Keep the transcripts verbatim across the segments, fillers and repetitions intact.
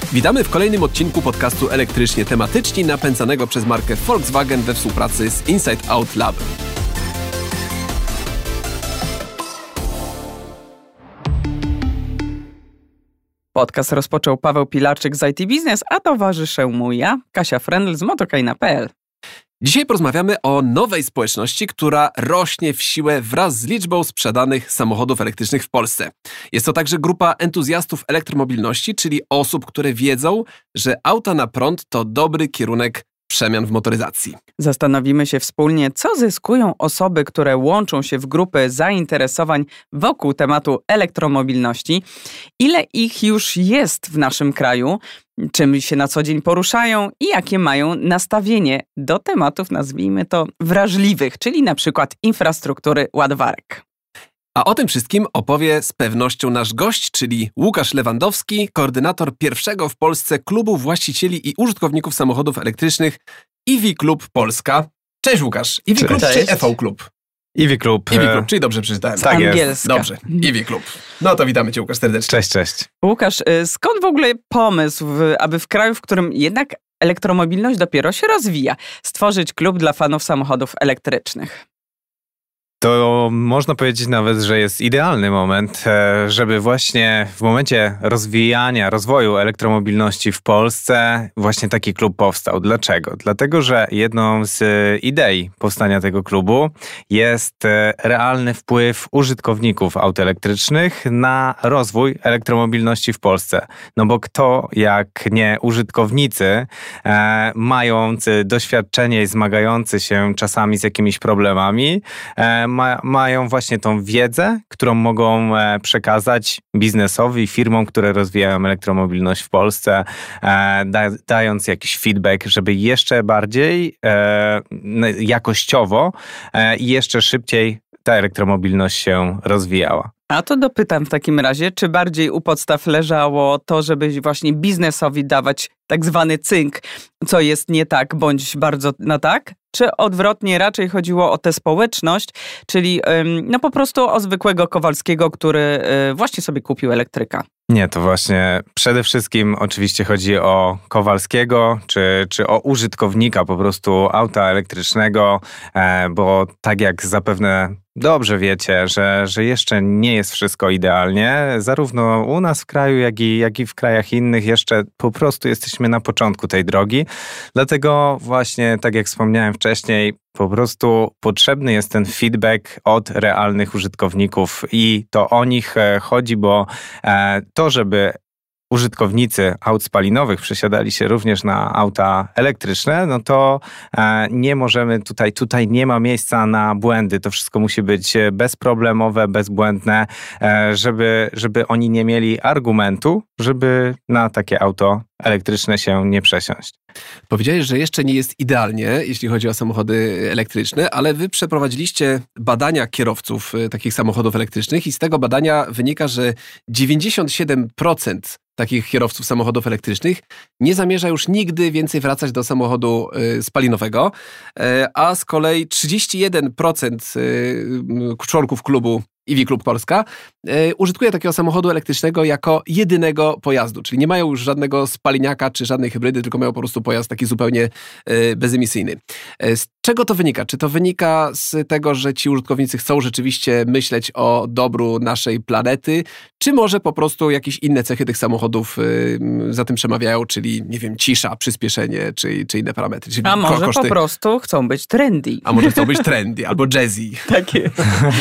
Witamy w kolejnym odcinku podcastu Elektrycznie Tematyczni, napędzanego przez markę Volkswagen we współpracy z Inside Out Lab. Podcast rozpoczął Paweł Pilarczyk z I T Business, a towarzyszę mu ja, Kasia Frendl z Motokajna kropka p l. Dzisiaj porozmawiamy o nowej społeczności, która rośnie w siłę wraz z liczbą sprzedanych samochodów elektrycznych w Polsce. Jest to także grupa entuzjastów elektromobilności, czyli osób, które wiedzą, że auta na prąd to dobry kierunek przemian w motoryzacji. Zastanowimy się wspólnie, co zyskują osoby, które łączą się w grupy zainteresowań wokół tematu elektromobilności, ile ich już jest w naszym kraju, czym się na co dzień poruszają i jakie mają nastawienie do tematów, nazwijmy to, wrażliwych, czyli na przykład infrastruktury ładowarek. A o tym wszystkim opowie z pewnością nasz gość, czyli Łukasz Lewandowski, koordynator pierwszego w Polsce klubu właścicieli i użytkowników samochodów elektrycznych E V Club Polska. Cześć Łukasz. E V Club czy E V Club? E V Club. E V Club, czyli dobrze przeczytałem. Tak jest. Dobrze, E V Club. No to witamy Cię, Łukasz, serdecznie. Cześć, cześć. Łukasz, skąd w ogóle pomysł, aby w kraju, w którym jednak elektromobilność dopiero się rozwija, stworzyć klub dla fanów samochodów elektrycznych? To można powiedzieć nawet, że jest idealny moment, żeby właśnie w momencie rozwijania, rozwoju elektromobilności w Polsce właśnie taki klub powstał. Dlaczego? Dlatego, że jedną z idei powstania tego klubu jest realny wpływ użytkowników aut elektrycznych na rozwój elektromobilności w Polsce. No bo kto jak nie użytkownicy e, mający doświadczenie i zmagający się czasami z jakimiś problemami, e, Ma, mają właśnie tą wiedzę, którą mogą e, przekazać biznesowi, firmom, które rozwijają elektromobilność w Polsce, e, da, dając jakiś feedback, żeby jeszcze bardziej e, jakościowo e, i jeszcze szybciej ta elektromobilność się rozwijała. A to dopytam w takim razie, czy bardziej u podstaw leżało to, żeby właśnie biznesowi dawać tak zwany cynk, co jest nie tak, bądź bardzo na tak? Czy odwrotnie raczej chodziło o tę społeczność, czyli no po prostu o zwykłego Kowalskiego, który właśnie sobie kupił elektryka? Nie, to właśnie przede wszystkim oczywiście chodzi o Kowalskiego, czy, czy o użytkownika po prostu auta elektrycznego, bo tak jak zapewne dobrze wiecie, że, że jeszcze nie jest wszystko idealnie, zarówno u nas w kraju, jak i, jak i w krajach innych jeszcze po prostu jesteśmy na początku tej drogi. Dlatego właśnie, tak jak wspomniałem wcześniej, po prostu potrzebny jest ten feedback od realnych użytkowników i to o nich chodzi, bo to, żeby użytkownicy aut spalinowych przesiadali się również na auta elektryczne, no to e, nie możemy tutaj, tutaj nie ma miejsca na błędy. To wszystko musi być bezproblemowe, bezbłędne, e, żeby, żeby oni nie mieli argumentu, żeby na takie auto elektryczne się nie przesiąść. Powiedziałeś, że jeszcze nie jest idealnie, jeśli chodzi o samochody elektryczne, ale wy przeprowadziliście badania kierowców takich samochodów elektrycznych i z tego badania wynika, że dziewięćdziesiąt siedem procent takich kierowców samochodów elektrycznych nie zamierza już nigdy więcej wracać do samochodu y, spalinowego, y, a z kolei trzydzieści jeden procent y, członków klubu E V Club Polska y, użytkuje takiego samochodu elektrycznego jako jedynego pojazdu, czyli nie mają już żadnego spaliniaka czy żadnej hybrydy, tylko mają po prostu pojazd taki zupełnie y, bezemisyjny. Y, z czego to wynika? Czy to wynika z tego, że ci użytkownicy chcą rzeczywiście myśleć o dobru naszej planety, czy może po prostu jakieś inne cechy tych samochodów y, za tym przemawiają, czyli nie wiem, cisza, przyspieszenie, czy, czy inne parametry? Czyli A może koszty... po prostu chcą być trendy. A może chcą być trendy, albo jazzy. Takie.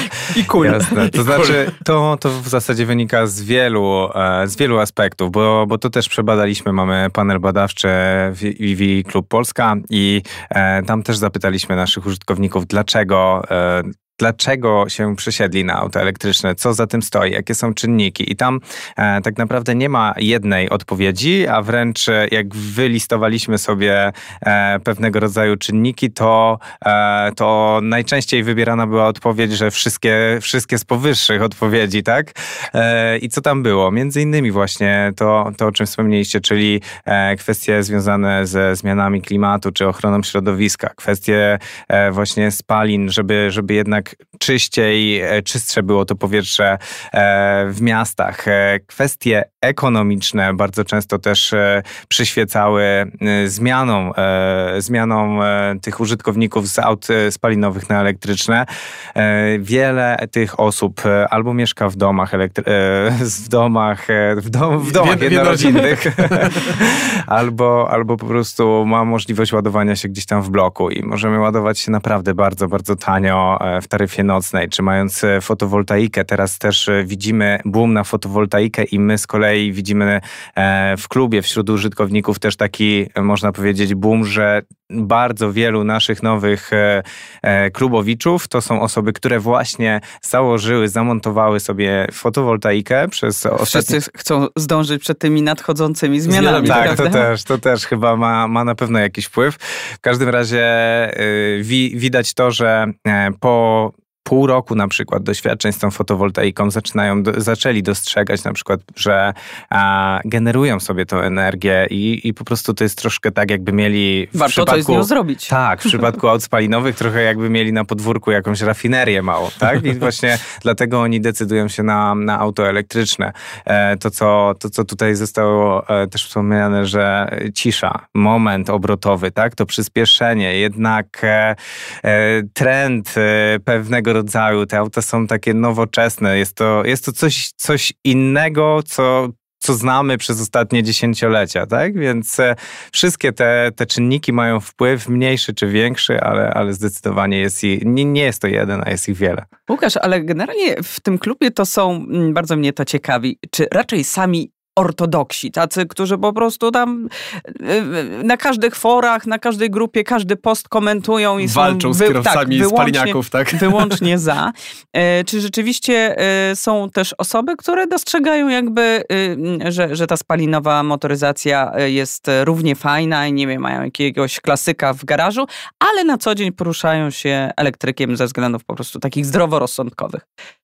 I cool. Jasne. To znaczy, to, to w zasadzie wynika z wielu, z wielu aspektów, bo, bo to też przebadaliśmy, mamy panel badawczy w E V Club Polska i e, tam też zapytaliśmy naszych użytkowników, dlaczego e, Dlaczego się przesiedli na auta elektryczne? Co za tym stoi? Jakie są czynniki? I tam e, tak naprawdę nie ma jednej odpowiedzi, a wręcz jak wylistowaliśmy sobie e, pewnego rodzaju czynniki, to, e, to najczęściej wybierana była odpowiedź, że wszystkie, wszystkie z powyższych odpowiedzi, tak? E, I co tam było? Między innymi właśnie to, to o czym wspomnieliście, czyli e, kwestie związane ze zmianami klimatu, czy ochroną środowiska, kwestie e, właśnie spalin, żeby, żeby jednak jednak czyściej, czystsze było to powietrze w miastach. Kwestie ekonomiczne bardzo często też przyświecały zmianom, zmianom tych użytkowników z aut spalinowych na elektryczne. Wiele tych osób albo mieszka w domach, elektry- w domach, w, dom- w domach jednorodzinnych, albo, albo po prostu ma możliwość ładowania się gdzieś tam w bloku i możemy ładować się naprawdę bardzo, bardzo tanio w taryfie nocnej, czy mając fotowoltaikę. Teraz też widzimy boom na fotowoltaikę i my z kolei widzimy w klubie wśród użytkowników też taki, można powiedzieć, boom, że bardzo wielu naszych nowych klubowiczów to są osoby, które właśnie założyły, zamontowały sobie fotowoltaikę przez Wszyscy ostatnie... chcą zdążyć przed tymi nadchodzącymi zmianami. Tak, prawda? to też, to też chyba ma, ma na pewno jakiś wpływ. W każdym razie yy, wi, widać to, że yy, po pół roku na przykład doświadczeń z tą fotowoltaiką zaczynają, do, zaczęli dostrzegać na przykład, że a, generują sobie tą energię i, i po prostu to jest troszkę tak, jakby mieli w Warto przypadku... coś z nią zrobić. Tak, w przypadku aut spalinowych trochę jakby mieli na podwórku jakąś rafinerię małą, tak? I właśnie dlatego oni decydują się na, na auto elektryczne. E, to, co, to, co tutaj zostało e, też wspomniane, że cisza, moment obrotowy, tak? To przyspieszenie, jednak e, e, trend e, pewnego rodzaju, te auta są takie nowoczesne. Jest to, jest to coś, coś innego, co, co znamy przez ostatnie dziesięciolecia, tak? Więc e, wszystkie te, te czynniki mają wpływ, mniejszy czy większy, ale, ale zdecydowanie jest i, nie, nie jest to jeden, a jest ich wiele. Łukasz, ale generalnie w tym klubie to są, bardzo mnie to ciekawi, czy raczej sami ortodoksi, tacy, którzy po prostu tam na każdych forach, na każdej grupie, każdy post komentują i walczą są... z kierowcami tak, spaliniaków, tak? Wyłącznie za. Czy rzeczywiście są też osoby, które dostrzegają jakby, że, że ta spalinowa motoryzacja jest równie fajna i nie wiem, mają jakiegoś klasyka w garażu, ale na co dzień poruszają się elektrykiem ze względów po prostu takich zdroworozsądkowych?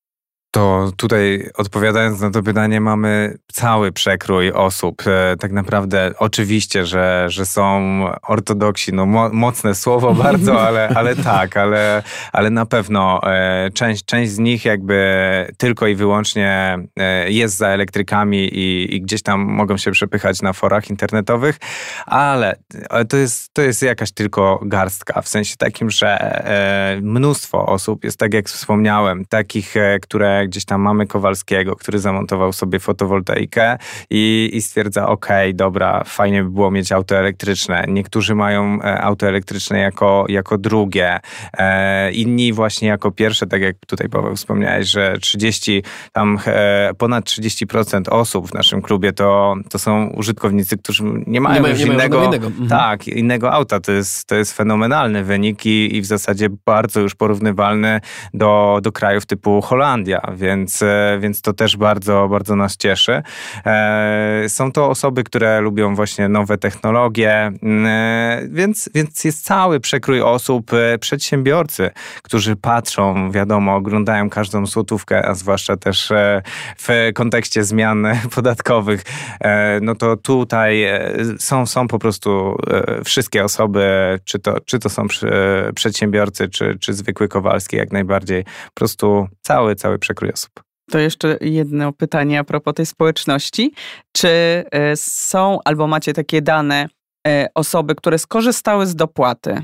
To tutaj odpowiadając na to pytanie, mamy cały przekrój osób. E, tak naprawdę oczywiście, że, że są ortodoksi, no mo, mocne słowo bardzo, ale, ale tak, ale, ale na pewno e, część, część z nich jakby tylko i wyłącznie e, jest za elektrykami i, i gdzieś tam mogą się przepychać na forach internetowych, ale to jest, to jest jakaś tylko garstka, w sensie takim, że e, mnóstwo osób jest, tak jak wspomniałem, takich, e, które gdzieś tam mamy Kowalskiego, który zamontował sobie fotowoltaikę i, i stwierdza, okej, okay, dobra, fajnie by było mieć auto elektryczne. Niektórzy mają auto elektryczne jako, jako drugie, e, inni właśnie jako pierwsze, tak jak tutaj Paweł wspomniałeś, że trzydzieści, tam e, ponad trzydzieści procent osób w naszym klubie to, to są użytkownicy, którzy nie mają, nie mają, nie innego, mają innego. Mhm. Tak, innego auta. To jest, to jest fenomenalny wynik i, i w zasadzie bardzo już porównywalny do, do krajów typu Holandia, więc, więc to też bardzo, bardzo nas cieszy. Są to osoby, które lubią właśnie nowe technologie, więc, więc jest cały przekrój osób, przedsiębiorcy, którzy patrzą, wiadomo, oglądają każdą złotówkę, a zwłaszcza też w kontekście zmian podatkowych, no to tutaj są, są po prostu wszystkie osoby, czy to, czy to są przedsiębiorcy, czy, czy zwykły Kowalski, jak najbardziej, po prostu cały, cały przekrój osób. To jeszcze jedno pytanie a propos tej społeczności. Czy są, albo macie takie dane, osoby, które skorzystały z dopłaty?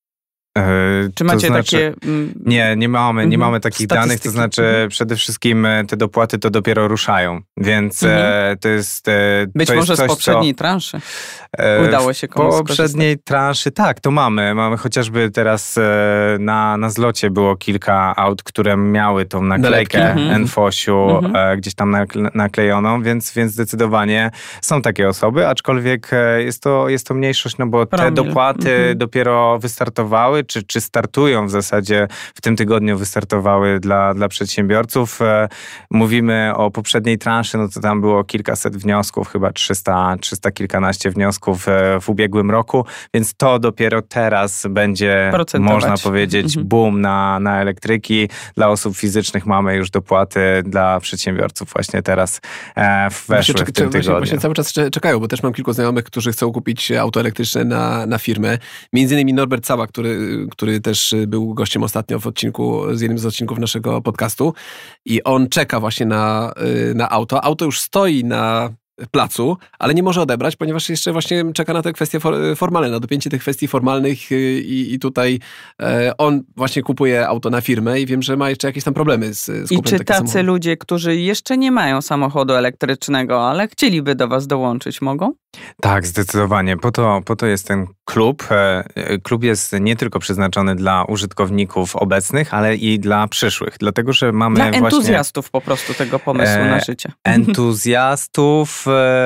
Czy macie to znaczy, takie... Mm, nie, nie mamy, nie mamy takich danych, to znaczy mhm. przede wszystkim te dopłaty to dopiero ruszają, więc mhm. to jest Być to może jest coś, z poprzedniej co, transzy udało się komuś Po poprzedniej transzy, tak, to mamy. Mamy chociażby teraz na, na zlocie było kilka aut, które miały tą naklejkę mhm. Enfosiu mhm. gdzieś tam naklejoną, więc, więc zdecydowanie są takie osoby, aczkolwiek jest to, jest to mniejszość, no bo te Promil. dopłaty mhm. dopiero wystartowały, Czy, czy startują w zasadzie, w tym tygodniu wystartowały dla, dla przedsiębiorców. Mówimy o poprzedniej transzy nasze, no to tam było kilkaset wniosków, chyba trzysta, trzysta kilkanaście wniosków w ubiegłym roku, więc to dopiero teraz będzie, można powiedzieć, mhm. boom na, na elektryki. Dla osób fizycznych mamy już dopłaty, dla przedsiębiorców właśnie teraz e, weszły w tym tygodniu. Właśnie, właśnie cały czas czekają, bo też mam kilku znajomych, którzy chcą kupić auto elektryczne na, na firmę. Między innymi Norbert Cała, który, który też był gościem ostatnio w odcinku, z jednym z odcinków naszego podcastu i on czeka właśnie na, na auto. Auto już stoi na placu, ale nie może odebrać, ponieważ jeszcze właśnie czeka na te kwestie formalne, na dopięcie tych kwestii formalnych i, i tutaj e, on właśnie kupuje auto na firmę i wiem, że ma jeszcze jakieś tam problemy z, z I czy tacy samochodu. Ludzie, którzy jeszcze nie mają samochodu elektrycznego, ale chcieliby do was dołączyć, mogą? Tak, zdecydowanie. Po to, po to jest ten klub. Klub jest nie tylko przeznaczony dla użytkowników obecnych, ale i dla przyszłych, dlatego, że mamy dla właśnie... entuzjastów po prostu tego pomysłu e, na życie. Entuzjastów...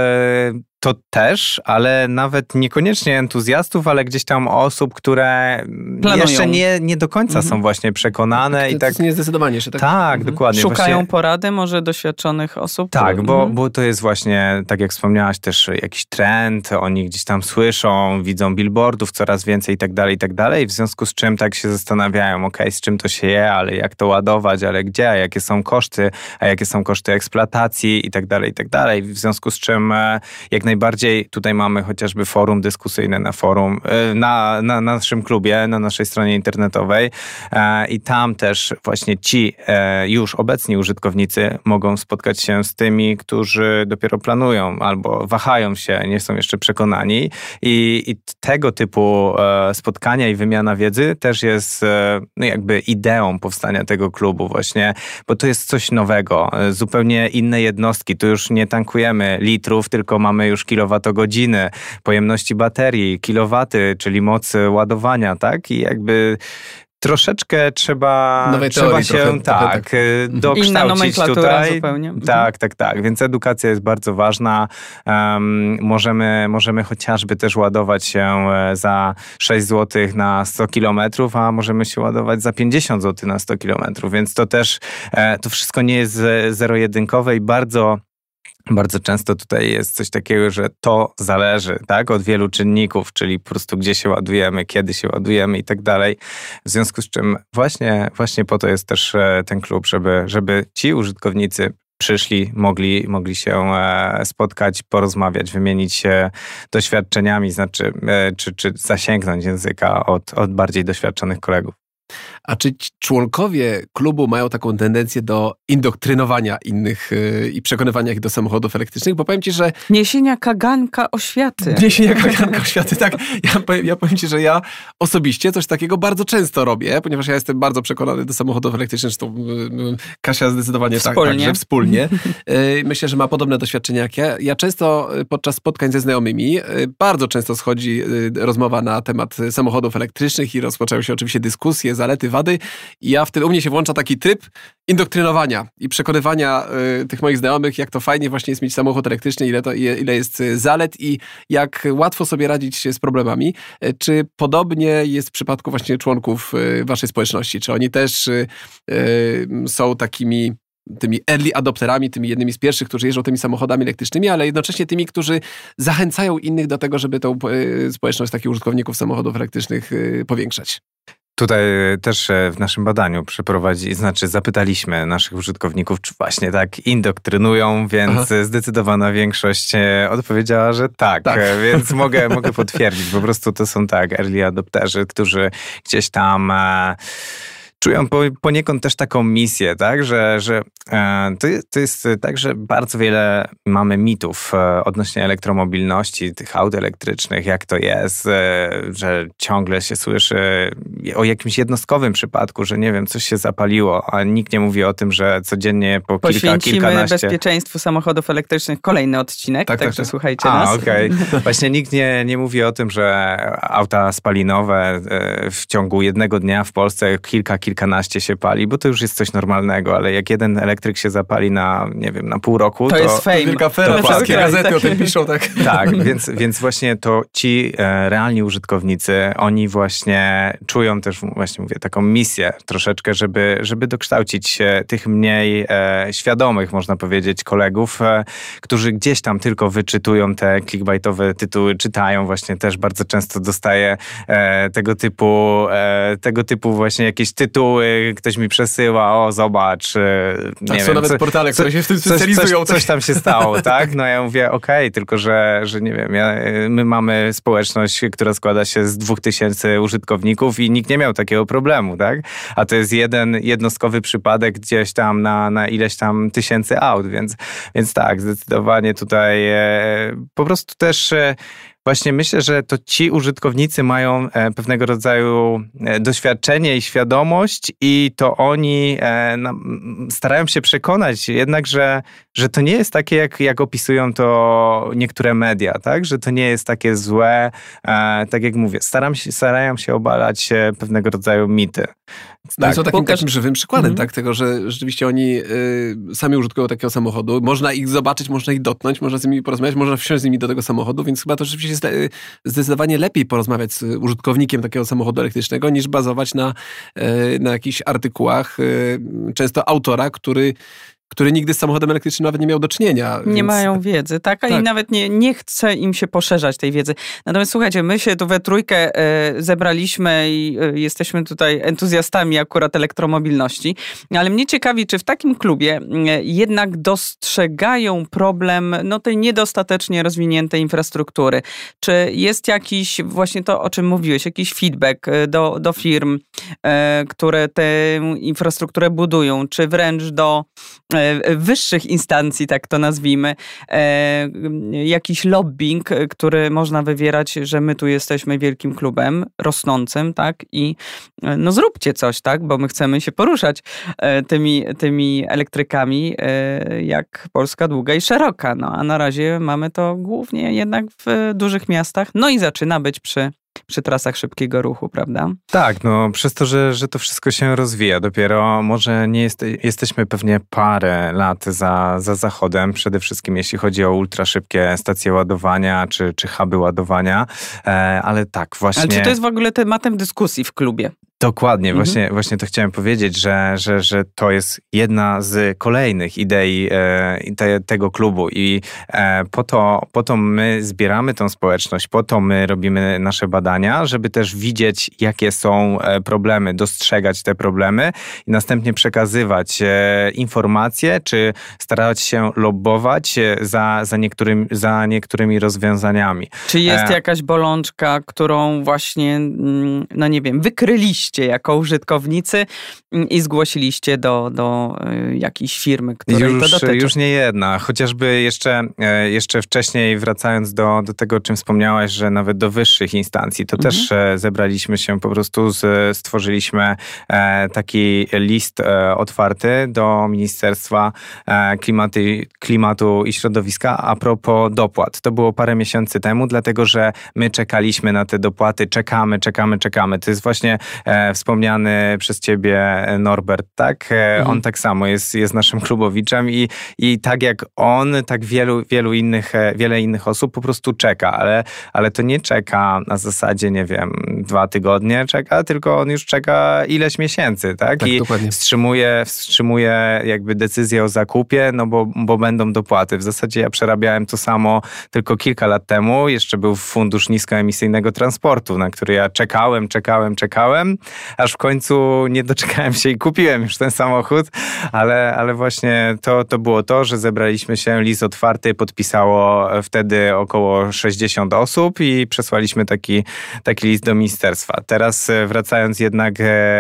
To też, ale nawet niekoniecznie entuzjastów, ale gdzieś tam osób, które Planują. jeszcze nie, nie do końca mhm. są właśnie przekonane. To, i tak to niezdecydowanie jeszcze. Tak, tak mhm. dokładnie. Szukają właśnie, porady może doświadczonych osób? Tak, mhm. bo, bo to jest właśnie, tak jak wspomniałaś, też jakiś trend, oni gdzieś tam słyszą, widzą billboardów coraz więcej i tak dalej, i tak dalej. W związku z czym tak się zastanawiają, okej, okay, z czym to się je, ale jak to ładować, ale gdzie, a jakie są koszty, a jakie są koszty eksploatacji i tak dalej, i tak dalej. W związku z czym jak najbardziej tutaj mamy chociażby forum dyskusyjne na forum, na, na naszym klubie, na naszej stronie internetowej i tam też właśnie ci już obecni użytkownicy mogą spotkać się z tymi, którzy dopiero planują albo wahają się, nie są jeszcze przekonani i, i tego typu spotkania i wymiana wiedzy też jest no jakby ideą powstania tego klubu właśnie, bo to jest coś nowego, zupełnie inne jednostki, tu już nie tankujemy litrów, tylko mamy już kilowatogodziny, pojemności baterii, kilowaty, czyli moc ładowania, tak? I jakby troszeczkę trzeba, trzeba się trochę, tak, trochę tak. dokształcić tutaj. Zupełnie. Tak, tak, tak. Więc edukacja jest bardzo ważna. Um, możemy, możemy chociażby też ładować się za sześć złotych na sto kilometrów, a możemy się ładować za pięćdziesiąt złotych na sto kilometrów. Więc to też, to wszystko nie jest zero-jedynkowe i bardzo Bardzo często tutaj jest coś takiego, że to zależy, tak, od wielu czynników, czyli po prostu gdzie się ładujemy, kiedy się ładujemy i tak dalej. W związku z czym właśnie, właśnie po to jest też ten klub, żeby, żeby ci użytkownicy przyszli, mogli, mogli się spotkać, porozmawiać, wymienić się doświadczeniami, znaczy, czy, czy zasięgnąć języka od, od bardziej doświadczonych kolegów. A czy członkowie klubu mają taką tendencję do indoktrynowania innych yy, i przekonywania ich do samochodów elektrycznych? Bo powiem ci, że... Niesienia kaganka oświaty. Niesienia kaganka oświaty, tak. Ja powiem, ja powiem ci, że ja osobiście coś takiego bardzo często robię, ponieważ ja jestem bardzo przekonany do samochodów elektrycznych, zresztą yy, Kasia zdecydowanie wspólnie. tak, także wspólnie. Yy, myślę, że ma podobne doświadczenia jak ja. Ja często podczas spotkań ze znajomymi, yy, bardzo często schodzi yy, rozmowa na temat samochodów elektrycznych i rozpoczęły się oczywiście dyskusje, zalety, wady i ja wtedy, u mnie się włącza taki tryb indoktrynowania i przekonywania y, tych moich znajomych, jak to fajnie właśnie jest mieć samochód elektryczny, ile, to, ile jest zalet i jak łatwo sobie radzić z problemami. Czy podobnie jest w przypadku właśnie członków y, waszej społeczności? Czy oni też y, y, są takimi tymi early adopterami, tymi jednymi z pierwszych, którzy jeżdżą tymi samochodami elektrycznymi, ale jednocześnie tymi, którzy zachęcają innych do tego, żeby tą y, społeczność takich użytkowników samochodów elektrycznych y, powiększać? Tutaj też w naszym badaniu przeprowadzi, znaczy zapytaliśmy naszych użytkowników, czy właśnie tak indoktrynują, więc Aha. zdecydowana większość odpowiedziała, że tak, tak. Więc mogę, mogę potwierdzić. Po prostu to są tak early adopterzy, którzy gdzieś tam e, czują po, poniekąd też taką misję, tak, że, że e, to, jest, to jest tak, że bardzo wiele mamy mitów e, odnośnie elektromobilności, tych aut elektrycznych, jak to jest, e, że ciągle się słyszy o jakimś jednostkowym przypadku, że nie wiem, coś się zapaliło, a nikt nie mówi o tym, że codziennie po kilka, kilkanaście... bezpieczeństwu samochodów elektrycznych kolejny odcinek, tak, także tak, tak. słuchajcie a, nas. okej. Okay. Właśnie nikt nie, nie mówi o tym, że auta spalinowe e, w ciągu jednego dnia w Polsce kilka, kilka kilkanaście się pali, bo to już jest coś normalnego, ale jak jeden elektryk się zapali na, nie wiem, na pół roku, to... To jest fame. Wielka fera, wszystkie gazety tak. o tym piszą, tak? Tak, więc, więc właśnie to ci e, realni użytkownicy, oni właśnie czują też, właśnie mówię, taką misję troszeczkę, żeby, żeby dokształcić tych mniej e, świadomych, można powiedzieć, kolegów, e, którzy gdzieś tam tylko wyczytują te clickbaitowe tytuły, czytają właśnie też bardzo często dostaję e, tego typu e, tego typu właśnie jakieś tytuły, ktoś mi przesyła, o zobacz, e, nie tak, wiem, są nawet co, portale, które co, się w tym specjalizują. Coś, coś, coś tam się stało, tak? No ja mówię, okej, okay, tylko że, że nie wiem, ja, my mamy społeczność, która składa się z dwóch tysięcy użytkowników i nikt nie miał takiego problemu, tak? A to jest jeden jednostkowy przypadek gdzieś tam na, na ileś tam tysięcy aut, więc, więc tak, zdecydowanie tutaj e, po prostu też e, właśnie myślę, że to ci użytkownicy mają e, pewnego rodzaju e, doświadczenie i świadomość i to oni e, na, starają się przekonać jednak, że, że to nie jest takie, jak, jak opisują to niektóre media, tak? Że to nie jest takie złe, e, tak jak mówię, staram się, starają się obalać e, pewnego rodzaju mity. No tak. i są takim, Pokaż... takim żywym przykładem, mm-hmm. tak, tego, że rzeczywiście oni y, sami użytkują takiego samochodu. Można ich zobaczyć, można ich dotknąć, można z nimi porozmawiać, można wsiąść z nimi do tego samochodu, więc chyba to rzeczywiście jest y, zdecydowanie lepiej porozmawiać z użytkownikiem takiego samochodu elektrycznego, niż bazować na, y, na jakichś artykułach, y, często autora, który który nigdy z samochodem elektrycznym nawet nie miał do czynienia. Nie więc... mają wiedzy, tak? tak. I nawet nie, nie chce im się poszerzać tej wiedzy. Natomiast słuchajcie, my się tu we trójkę e, zebraliśmy i e, jesteśmy tutaj entuzjastami akurat elektromobilności, ale mnie ciekawi, czy w takim klubie e, jednak dostrzegają problem no, tej niedostatecznie rozwiniętej infrastruktury. Czy jest jakiś, właśnie to, o czym mówiłeś, jakiś feedback do, do firm, e, które tę infrastrukturę budują, czy wręcz do e, wyższych instancji, tak to nazwijmy, e, jakiś lobbying, który można wywierać, że my tu jesteśmy wielkim klubem rosnącym, tak? I no zróbcie coś, tak? Bo my chcemy się poruszać e, tymi, tymi elektrykami, e, jak Polska długa i szeroka. No a na razie mamy to głównie jednak w dużych miastach. No i zaczyna być przy przy trasach szybkiego ruchu, prawda? Tak, no przez to, że, że to wszystko się rozwija. Dopiero może nie jest, jesteśmy pewnie parę lat za, za zachodem, przede wszystkim jeśli chodzi o ultraszybkie stacje ładowania, czy, czy huby ładowania, e, ale tak właśnie... Ale czy to jest w ogóle tematem dyskusji w klubie? Dokładnie, mhm. właśnie, właśnie to chciałem powiedzieć, że, że, że to jest jedna z kolejnych idei e, te, tego klubu i e, po, to, po to my zbieramy tą społeczność, po to my robimy nasze badania, żeby też widzieć, jakie są problemy, dostrzegać te problemy i następnie przekazywać e, informacje, czy starać się lobbować za, za, niektórym, za niektórymi rozwiązaniami. Czy jest e, jakaś bolączka, którą właśnie, no nie wiem, wykryliście jako użytkownicy i zgłosiliście do, do jakiejś firmy, której już, to dotyczy? Już nie jedna. Chociażby jeszcze, jeszcze wcześniej, wracając do, do tego, o czym wspomniałaś, że nawet do wyższych instancji, to mhm. też zebraliśmy się, po prostu z, stworzyliśmy taki list otwarty do Ministerstwa Klimatu, Klimatu i Środowiska a propos dopłat. To było parę miesięcy temu, dlatego że my czekaliśmy na te dopłaty, czekamy, czekamy, czekamy. To jest właśnie wspomniany przez ciebie Norbert, tak? Mhm. On tak samo jest, jest naszym klubowiczem i, i tak jak on, tak wielu, wielu innych, wiele innych osób po prostu czeka, ale, ale to nie czeka na zasadzie, nie wiem, dwa tygodnie czeka, tylko on już czeka ileś miesięcy, tak? tak I dokładnie. wstrzymuje, wstrzymuje jakby decyzję o zakupie, no bo, bo będą dopłaty. W zasadzie ja przerabiałem to samo tylko kilka lat temu, jeszcze był Fundusz Niskoemisyjnego Transportu, na który ja czekałem, czekałem, czekałem, aż w końcu nie doczekałem się i kupiłem już ten samochód, ale, ale właśnie to, to było to, że zebraliśmy się, list otwarty, podpisało wtedy około sześćdziesiąt osób i przesłaliśmy taki, taki list do ministerstwa. Teraz wracając jednak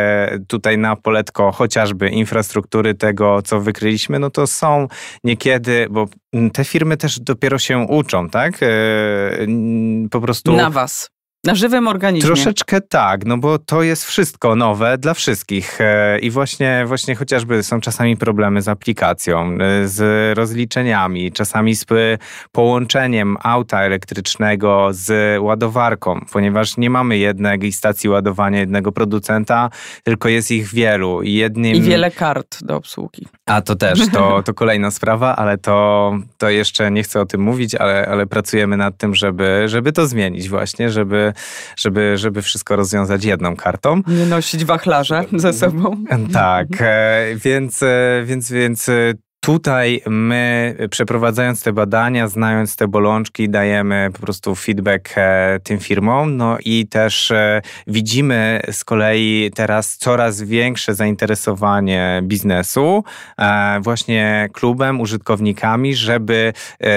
tutaj na poletko chociażby infrastruktury tego, co wykryliśmy, no to są niekiedy, bo te firmy też dopiero się uczą, tak? Po prostu... Na was. Na żywym organizmie. Troszeczkę tak, no bo to jest wszystko nowe dla wszystkich i właśnie, właśnie chociażby są czasami problemy z aplikacją, z rozliczeniami, czasami z połączeniem auta elektrycznego z ładowarką, ponieważ nie mamy jednej stacji ładowania, jednego producenta, tylko jest ich wielu. I, jednym... I wiele kart do obsługi. A to też, to, to kolejna sprawa, ale to, to jeszcze nie chcę o tym mówić, ale, ale pracujemy nad tym, żeby, żeby to zmienić właśnie, żeby Żeby, żeby wszystko rozwiązać jedną kartą. Nie nosić wachlarza ze sobą. Tak, więc, więc, więc tutaj my, przeprowadzając te badania, znając te bolączki, dajemy po prostu feedback tym firmom, no i też widzimy z kolei teraz coraz większe zainteresowanie biznesu właśnie klubem, użytkownikami, żeby,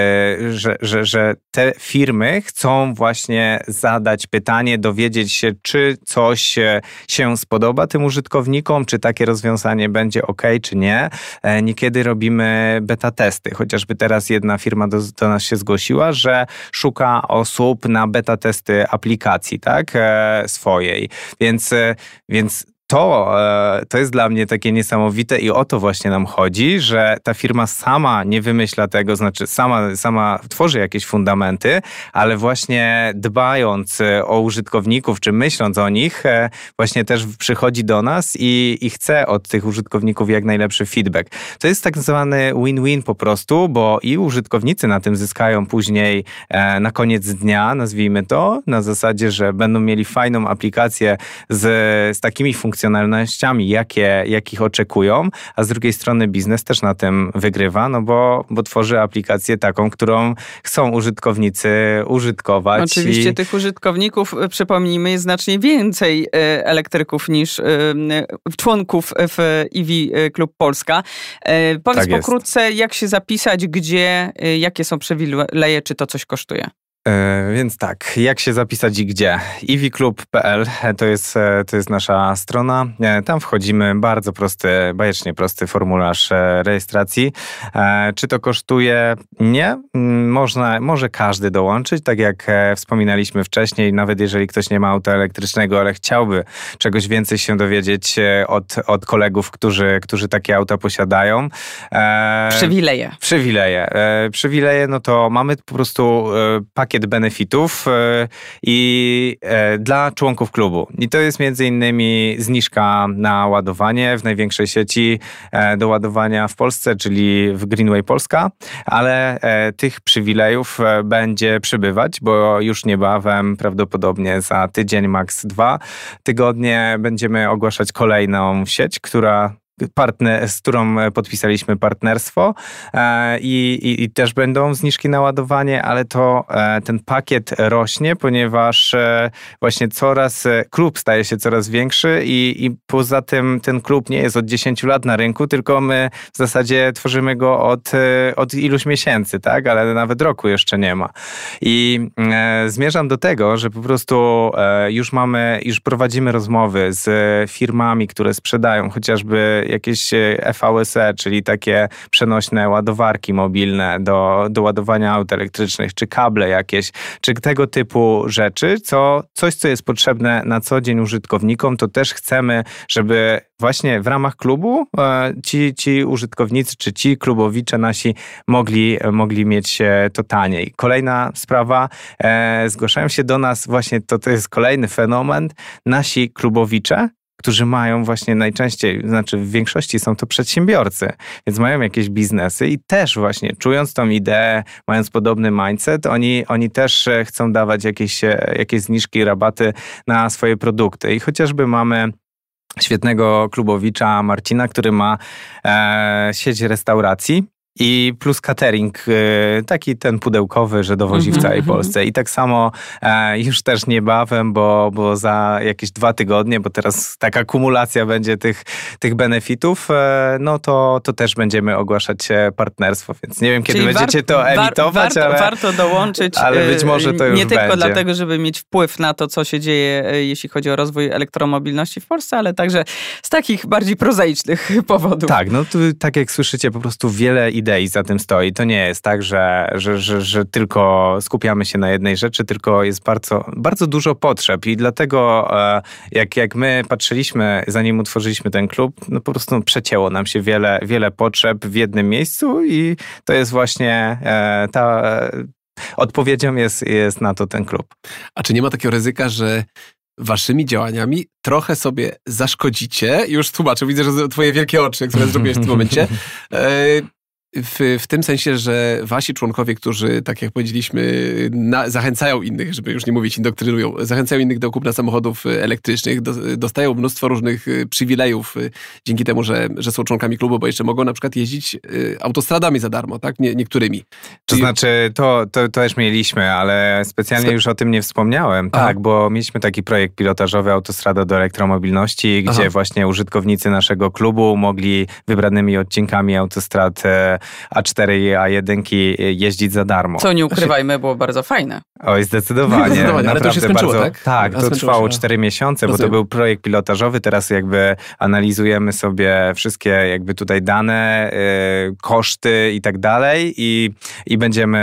że, że, że te firmy chcą właśnie zadać pytanie, dowiedzieć się, czy coś się spodoba tym użytkownikom, czy takie rozwiązanie będzie ok, czy nie. Niekiedy robimy beta testy. Chociażby teraz jedna firma do, do nas się zgłosiła, że szuka osób na beta testy aplikacji, tak, e, swojej. Więc, więc To, to jest dla mnie takie niesamowite i o to właśnie nam chodzi, że ta firma sama nie wymyśla tego, znaczy sama, sama tworzy jakieś fundamenty, ale właśnie dbając o użytkowników, czy myśląc o nich, właśnie też przychodzi do nas i, i chce od tych użytkowników jak najlepszy feedback. To jest tak zwany win-win po prostu, bo i użytkownicy na tym zyskają później na koniec dnia, nazwijmy to, na zasadzie, że będą mieli fajną aplikację z, z takimi funkcjami, funkcjonalnościami, jakie, jakich oczekują, a z drugiej strony biznes też na tym wygrywa, no bo, bo tworzy aplikację taką, którą chcą użytkownicy użytkować. Oczywiście i... tych użytkowników, przypomnijmy, jest znacznie więcej elektryków niż członków w E V Klub Polska. Powiedz tak pokrótce, jak się zapisać, gdzie, jakie są przywileje, czy to coś kosztuje? Yy, więc tak, jak się zapisać i gdzie? e v klub kropka p l to jest, to jest nasza strona. Tam wchodzimy, bardzo prosty, bajecznie prosty formularz rejestracji. Czy to kosztuje? Nie. Można, może każdy dołączyć, tak jak wspominaliśmy wcześniej, nawet jeżeli ktoś nie ma auta elektrycznego, ale chciałby czegoś więcej się dowiedzieć od, od kolegów, którzy, którzy takie auta posiadają. Przywileje. Przywileje. Przywileje, no to mamy po prostu pakiet benefitów i dla członków klubu. I to jest między innymi zniżka na ładowanie w największej sieci do ładowania w Polsce, czyli w Greenway Polska, ale tych przywilejów będzie przybywać, bo już niebawem, prawdopodobnie za tydzień, maks dwa tygodnie będziemy ogłaszać kolejną sieć, która Partner, z którą podpisaliśmy partnerstwo i, i, i też będą zniżki na ładowanie, ale to ten pakiet rośnie, ponieważ właśnie coraz, klub staje się coraz większy i, i poza tym ten klub nie jest od dziesięciu lat na rynku, tylko my w zasadzie tworzymy go od, od iluś miesięcy, tak, ale nawet roku jeszcze nie ma. I e, zmierzam do tego, że po prostu e, już mamy, już prowadzimy rozmowy z firmami, które sprzedają chociażby jakieś F V S E, czyli takie przenośne ładowarki mobilne do, do ładowania aut elektrycznych, czy kable jakieś, czy tego typu rzeczy, co, coś, co jest potrzebne na co dzień użytkownikom, to też chcemy, żeby właśnie w ramach klubu ci, ci użytkownicy, czy ci klubowicze nasi mogli, mogli mieć to taniej. Kolejna sprawa, e, zgłaszają się do nas właśnie, to, to jest kolejny fenomen, nasi klubowicze, którzy mają właśnie najczęściej, znaczy w większości są to przedsiębiorcy, więc mają jakieś biznesy i też właśnie czując tą ideę, mając podobny mindset, oni, oni też chcą dawać jakieś, jakieś zniżki, rabaty na swoje produkty. I chociażby mamy świetnego klubowicza Marcina, który ma e, sieć restauracji, i plus catering, taki ten pudełkowy, że dowozi w całej Polsce. I tak samo e, już też niebawem, bo, bo za jakieś dwa tygodnie, bo teraz taka kumulacja będzie tych, tych benefitów, e, no to, to też będziemy ogłaszać partnerstwo, więc nie wiem, kiedy Czyli będziecie war, to emitować, war, ale, warto dołączyć. Ale być może to już nie tylko będzie. dlatego, żeby mieć wpływ na to, co się dzieje, jeśli chodzi o rozwój elektromobilności w Polsce, ale także z takich bardziej prozaicznych powodów. Tak, no to, tak jak słyszycie, po prostu wiele idei idei za tym stoi. To nie jest tak, że, że, że, że tylko skupiamy się na jednej rzeczy, tylko jest bardzo, bardzo dużo potrzeb i dlatego jak, jak my patrzyliśmy, zanim utworzyliśmy ten klub, no po prostu przecięło nam się wiele, wiele potrzeb w jednym miejscu i to jest właśnie ta... Odpowiedzią jest, jest na to ten klub. A czy nie ma takiego ryzyka, że waszymi działaniami trochę sobie zaszkodzicie? Już tłumaczę, widzę, że twoje wielkie oczy, które zrobiłeś w tym momencie. W, w tym sensie, że wasi członkowie, którzy, tak jak powiedzieliśmy, na, zachęcają innych, żeby już nie mówić indoktrynują, zachęcają innych do kupna samochodów elektrycznych, do, dostają mnóstwo różnych przywilejów dzięki temu, że, że są członkami klubu, bo jeszcze mogą na przykład jeździć autostradami za darmo, tak? Nie, niektórymi. To znaczy, to, to, to też mieliśmy, ale specjalnie już o tym nie wspomniałem, Aha. tak, bo mieliśmy taki projekt pilotażowy Autostrada do elektromobilności, gdzie Aha. właśnie użytkownicy naszego klubu mogli wybranymi odcinkami autostrad A cztery i A jeden jeździć za darmo. Co nie ukrywajmy, było bardzo fajne. Oj, zdecydowanie. zdecydowanie. Ale to się skończyło, bardzo, tak? Tak, to trwało cztery miesiące, Rozumiem. bo to był projekt pilotażowy. Teraz jakby analizujemy sobie wszystkie jakby tutaj dane, yy, koszty i tak dalej i, i będziemy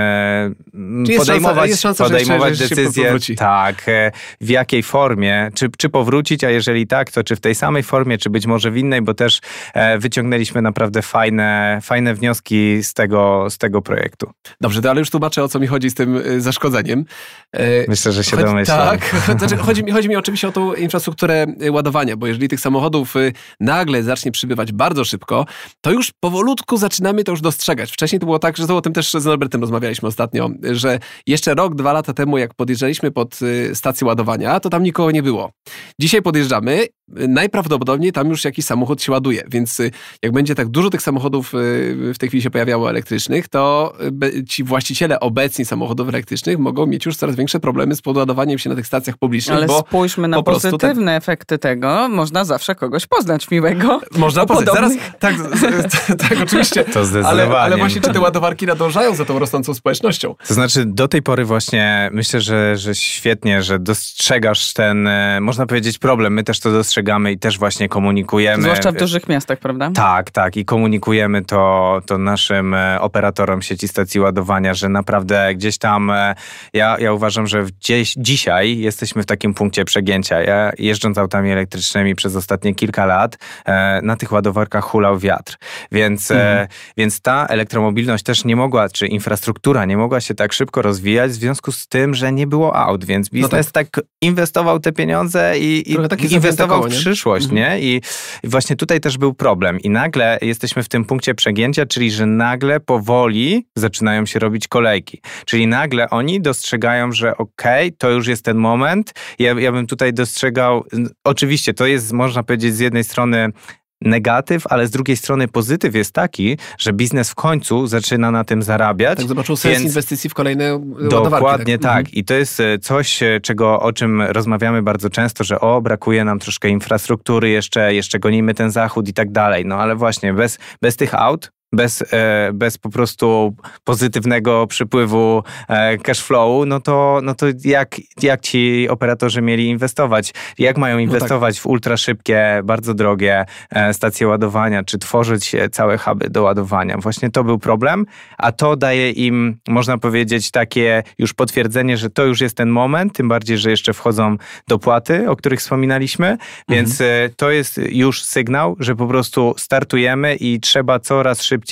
Czy podejmować, jest szansa, podejmować że jeszcze, decyzje, że tak, w jakiej formie, czy, czy powrócić, a jeżeli tak, to czy w tej samej formie, czy być może w innej, bo też e, wyciągnęliśmy naprawdę fajne, fajne wnioski z tego, z tego projektu. Dobrze, to ale już tłumaczę, o co mi chodzi z tym zaszkodzeniem. Myślę, że się chodzi, domyślam. Tak, znaczy, chodzi, mi, chodzi mi oczywiście o tą infrastrukturę ładowania, bo jeżeli tych samochodów nagle zacznie przybywać bardzo szybko, to już powolutku zaczynamy to już dostrzegać. Wcześniej to było tak, że to o tym też z Norbertem rozmawialiśmy ostatnio, że jeszcze rok, dwa lata temu, jak podjeżdżaliśmy pod stację ładowania, to tam nikogo nie było. Dzisiaj podjeżdżamy, najprawdopodobniej tam już jakiś samochód się ładuje, więc jak będzie tak dużo tych samochodów w tej chwili się pojawiało elektrycznych, to ci właściciele obecni samochodów elektrycznych mogą mieć już coraz większe problemy z podładowaniem się na tych stacjach publicznych. Ale bo spójrzmy na po pozytywne ten... efekty tego. Można zawsze kogoś poznać miłego. Można poznać. Zaraz, tak, tak, oczywiście. To zdecydowanie. Ale, ale właśnie, czy te ładowarki nadążają za tą rosnącą społecznością? To znaczy, do tej pory właśnie myślę, że, że świetnie, że dostrzegasz ten, można powiedzieć, problem. My też to dostrzegamy i też właśnie komunikujemy. Zwłaszcza w dużych miastach, prawda? Tak, tak. I komunikujemy to, to naszym operatorom sieci stacji ładowania, że naprawdę gdzieś tam, ja, ja uważam, że gdzieś, dzisiaj jesteśmy w takim punkcie przegięcia. Ja jeżdżąc autami elektrycznymi przez ostatnie kilka lat, na tych ładowarkach hulał wiatr. Więc, mhm. więc ta elektromobilność też nie mogła, czy infrastruktura nie mogła się tak szybko rozwijać w związku z tym, że nie było aut, więc biznes no tak. tak inwestował te pieniądze i, i inwestował koło, w przyszłość, nie? nie? I, I właśnie tutaj też był problem. I nagle jesteśmy w tym punkcie przegięcia, czyli że nagle powoli zaczynają się robić kolejki. Czyli nagle oni dostrzegają, że okej, okay, to już jest ten moment. Ja, ja bym tutaj dostrzegał, oczywiście to jest, można powiedzieć, z jednej strony negatyw, ale z drugiej strony pozytyw jest taki, że biznes w końcu zaczyna na tym zarabiać. Tak, zobaczył sens więc inwestycji w kolejne ładowarki. Dokładnie tak. tak. Mhm. I to jest coś, czego, o czym rozmawiamy bardzo często, że o, brakuje nam troszkę infrastruktury, jeszcze, jeszcze gonimy ten zachód i tak dalej. No ale właśnie bez, bez tych aut, bez, bez po prostu pozytywnego przypływu cashflowu, no to, no to jak, jak ci operatorzy mieli inwestować? Jak mają inwestować no tak. w ultraszybkie, bardzo drogie stacje ładowania, czy tworzyć całe huby do ładowania? Właśnie to był problem, a to daje im, można powiedzieć, takie już potwierdzenie, że to już jest ten moment, tym bardziej, że jeszcze wchodzą dopłaty, o których wspominaliśmy, więc mhm. to jest już sygnał, że po prostu startujemy i trzeba coraz szybciej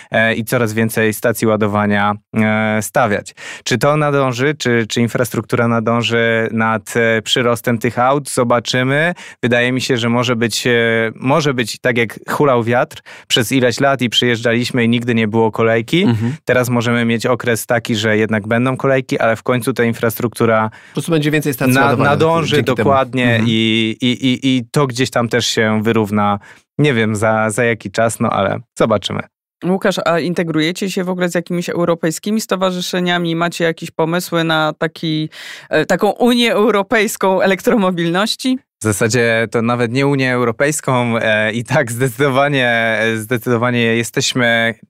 i coraz więcej stacji ładowania stawiać. Czy to nadąży, czy, czy infrastruktura nadąży nad przyrostem tych aut? Zobaczymy. Wydaje mi się, że może być, może być tak jak hulał wiatr przez ileś lat i przyjeżdżaliśmy i nigdy nie było kolejki. Mhm. Teraz możemy mieć okres taki, że jednak będą kolejki, ale w końcu ta infrastruktura po prostu będzie więcej stacji na, ładowania. Nadąży dokładnie mhm. i, i, i, i to gdzieś tam też się wyrówna. Nie wiem za, za jaki czas, no ale zobaczymy. Łukasz, a integrujecie się w ogóle z jakimiś europejskimi stowarzyszeniami? Macie jakieś pomysły na taki, taką Unię Europejską elektromobilności? W zasadzie to nawet nie Unię Europejską e, i tak zdecydowanie, zdecydowanie jesteśmy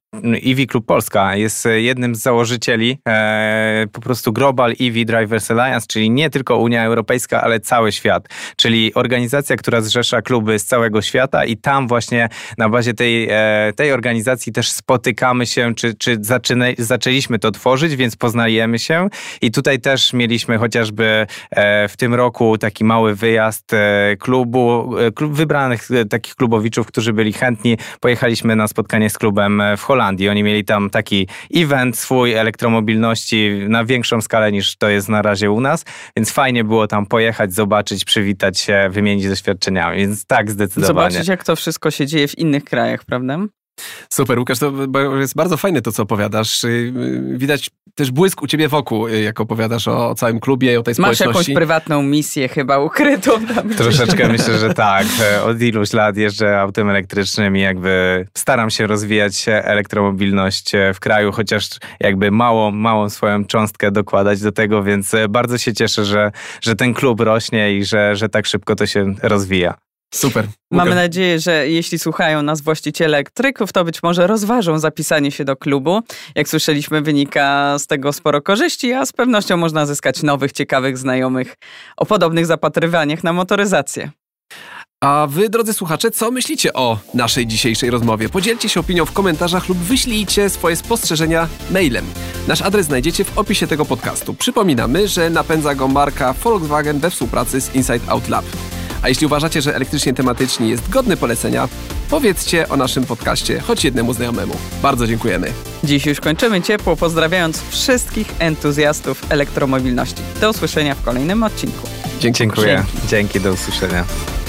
E V Klub Polska jest jednym z założycieli e, po prostu Global E V Drivers Alliance, czyli nie tylko Unia Europejska, ale cały świat, czyli organizacja, która zrzesza kluby z całego świata i tam właśnie na bazie tej, e, tej organizacji też spotykamy się, czy, czy zaczyna, zaczęliśmy to tworzyć, więc poznajemy się i tutaj też mieliśmy chociażby e, w tym roku taki mały wyjazd e, klubu, e, klub, wybranych e, takich klubowiczów, którzy byli chętni. Pojechaliśmy na spotkanie z klubem w Holandii. Oni mieli tam taki event swój elektromobilności na większą skalę niż to jest na razie u nas, więc fajnie było tam pojechać, zobaczyć, przywitać się, wymienić doświadczeniami, więc tak, zdecydowanie. Zobaczyć, jak to wszystko się dzieje w innych krajach, prawda? Super, Łukasz, to jest bardzo fajne to, co opowiadasz. Widać też błysk u ciebie wokół, jak opowiadasz o całym klubie i o tej społeczności. Masz jakąś prywatną misję chyba ukrytą tam. Troszeczkę myślę, że tak. Od iluś lat jeżdżę autem elektrycznym i jakby staram się rozwijać elektromobilność w kraju, chociaż jakby mało, małą swoją cząstkę dokładać do tego, więc bardzo się cieszę, że, że ten klub rośnie i że, że tak szybko to się rozwija. Super. Mamy nadzieję, że jeśli słuchają nas właściciele elektryków, to być może rozważą zapisanie się do klubu. Jak słyszeliśmy, wynika z tego sporo korzyści, a z pewnością można zyskać nowych, ciekawych znajomych o podobnych zapatrywaniach na motoryzację. A wy, drodzy słuchacze, co myślicie o naszej dzisiejszej rozmowie? Podzielcie się opinią w komentarzach lub wyślijcie swoje spostrzeżenia mailem. Nasz adres znajdziecie w opisie tego podcastu. Przypominamy, że napędza go marka Volkswagen we współpracy z Inside Out Lab. A jeśli uważacie, że elektrycznie tematyczni jest godny polecenia, powiedzcie o naszym podcaście choć jednemu znajomemu. Bardzo dziękujemy. Dziś już kończymy ciepło, pozdrawiając wszystkich entuzjastów elektromobilności. Do usłyszenia w kolejnym odcinku. Dzięki. Dziękuję. Dzięki, do usłyszenia.